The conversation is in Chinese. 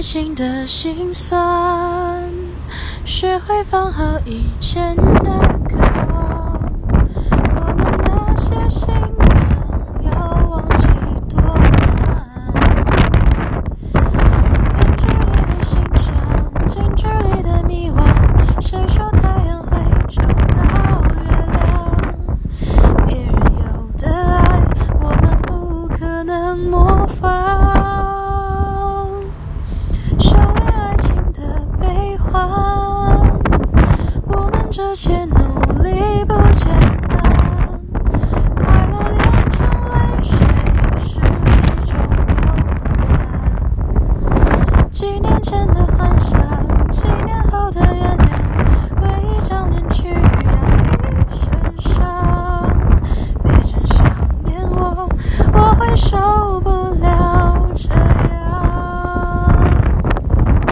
爱情的心酸，学会放好以前的渴望，我们那些信仰要忘记多难。远距离的欣赏，近距离的迷惘，谁说太阳会找到月亮？别人有的爱，我们不可能模仿。修炼爱情的悲欢，我们这些努力不简单。快乐炼成泪水是一种勇敢。几年前的幻想，几年后的原谅，为一张脸去养一身伤。别真想念我会受不了。